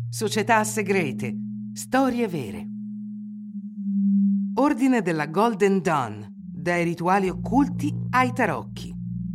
Società segrete, storie vere. Ordine della Golden Dawn, dai rituali occulti ai tarocchi.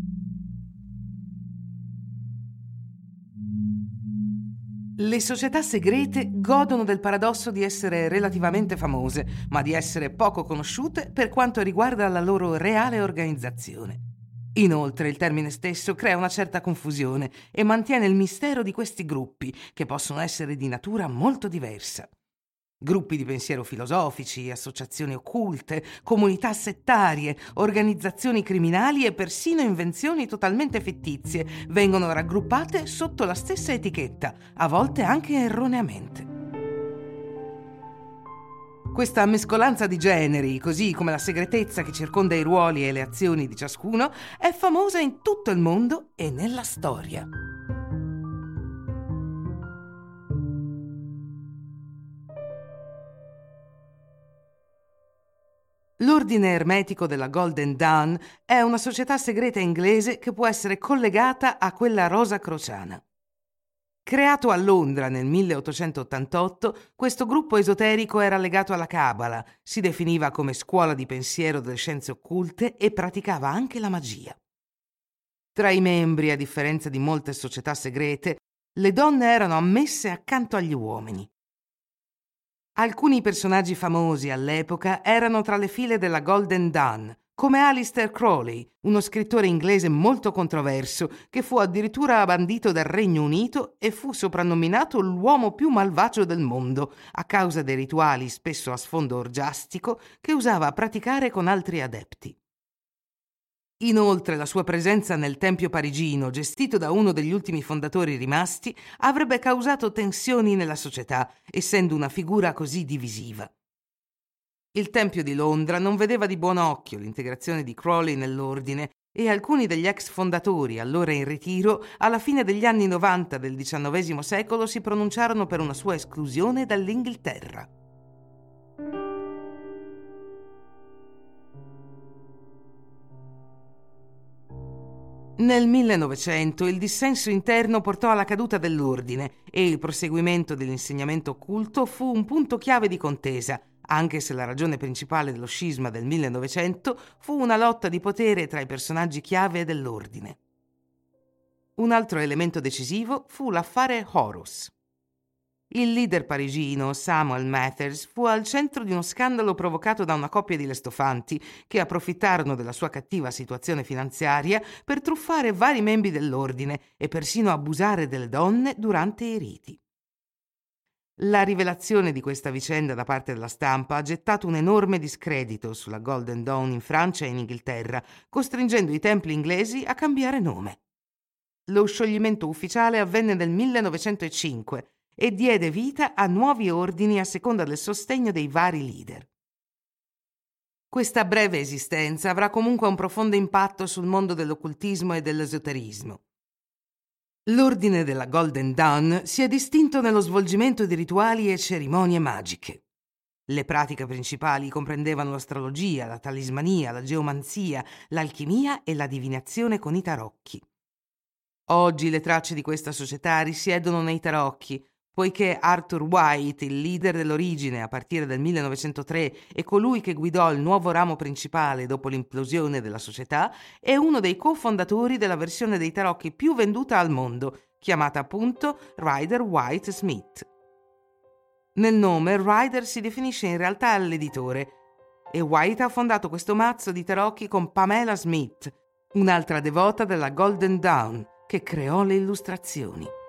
Le società segrete godono del paradosso di essere relativamente famose, ma di essere poco conosciute per quanto riguarda la loro reale organizzazione. Inoltre, il termine stesso crea una certa confusione e mantiene il mistero di questi gruppi, che possono essere di natura molto diversa. Gruppi di pensiero filosofici, associazioni occulte, comunità settarie, organizzazioni criminali e persino invenzioni totalmente fittizie vengono raggruppate sotto la stessa etichetta, a volte anche erroneamente. Questa mescolanza di generi, così come la segretezza che circonda i ruoli e le azioni di ciascuno, è famosa in tutto il mondo e nella storia. L'Ordine Ermetico della Golden Dawn è una società segreta inglese che può essere collegata a quella rosacrociana. Creato a Londra nel 1888, questo gruppo esoterico era legato alla Cabala, si definiva come scuola di pensiero delle scienze occulte e praticava anche la magia. Tra i membri, a differenza di molte società segrete, le donne erano ammesse accanto agli uomini. Alcuni personaggi famosi all'epoca erano tra le file della Golden Dawn, come Aleister Crowley, uno scrittore inglese molto controverso che fu addirittura bandito dal Regno Unito e fu soprannominato l'uomo più malvagio del mondo a causa dei rituali spesso a sfondo orgiastico che usava a praticare con altri adepti. Inoltre, la sua presenza nel tempio parigino, gestito da uno degli ultimi fondatori rimasti, avrebbe causato tensioni nella società, essendo una figura così divisiva. Il Tempio di Londra non vedeva di buon occhio l'integrazione di Crowley nell'ordine e alcuni degli ex fondatori, allora in ritiro, alla fine degli anni 90 del XIX secolo si pronunciarono per una sua esclusione dall'Inghilterra. Nel 1900 il dissenso interno portò alla caduta dell'ordine e il proseguimento dell'insegnamento occulto fu un punto chiave di contesa, anche se la ragione principale dello scisma del 1900 fu una lotta di potere tra i personaggi chiave dell'ordine. Un altro elemento decisivo fu l'affare Horus. Il leader parigino Samuel Mathers fu al centro di uno scandalo provocato da una coppia di lestofanti che approfittarono della sua cattiva situazione finanziaria per truffare vari membri dell'ordine e persino abusare delle donne durante i riti. La rivelazione di questa vicenda da parte della stampa ha gettato un enorme discredito sulla Golden Dawn in Francia e in Inghilterra, costringendo i templi inglesi a cambiare nome. Lo scioglimento ufficiale avvenne nel 1905 e diede vita a nuovi ordini a seconda del sostegno dei vari leader. Questa breve esistenza avrà comunque un profondo impatto sul mondo dell'occultismo e dell'esoterismo. L'ordine della Golden Dawn si è distinto nello svolgimento di rituali e cerimonie magiche. Le pratiche principali comprendevano l'astrologia, la talismania, la geomanzia, l'alchimia e la divinazione con i tarocchi. Oggi le tracce di questa società risiedono nei tarocchi, poiché Arthur White, il leader dell'origine a partire del 1903 e colui che guidò il nuovo ramo principale dopo l'implosione della società, è uno dei cofondatori della versione dei tarocchi più venduta al mondo, chiamata appunto Rider-Waite-Smith. Nel nome Rider si definisce in realtà l'editore e White ha fondato questo mazzo di tarocchi con Pamela Smith, un'altra devota della Golden Dawn, che creò le illustrazioni.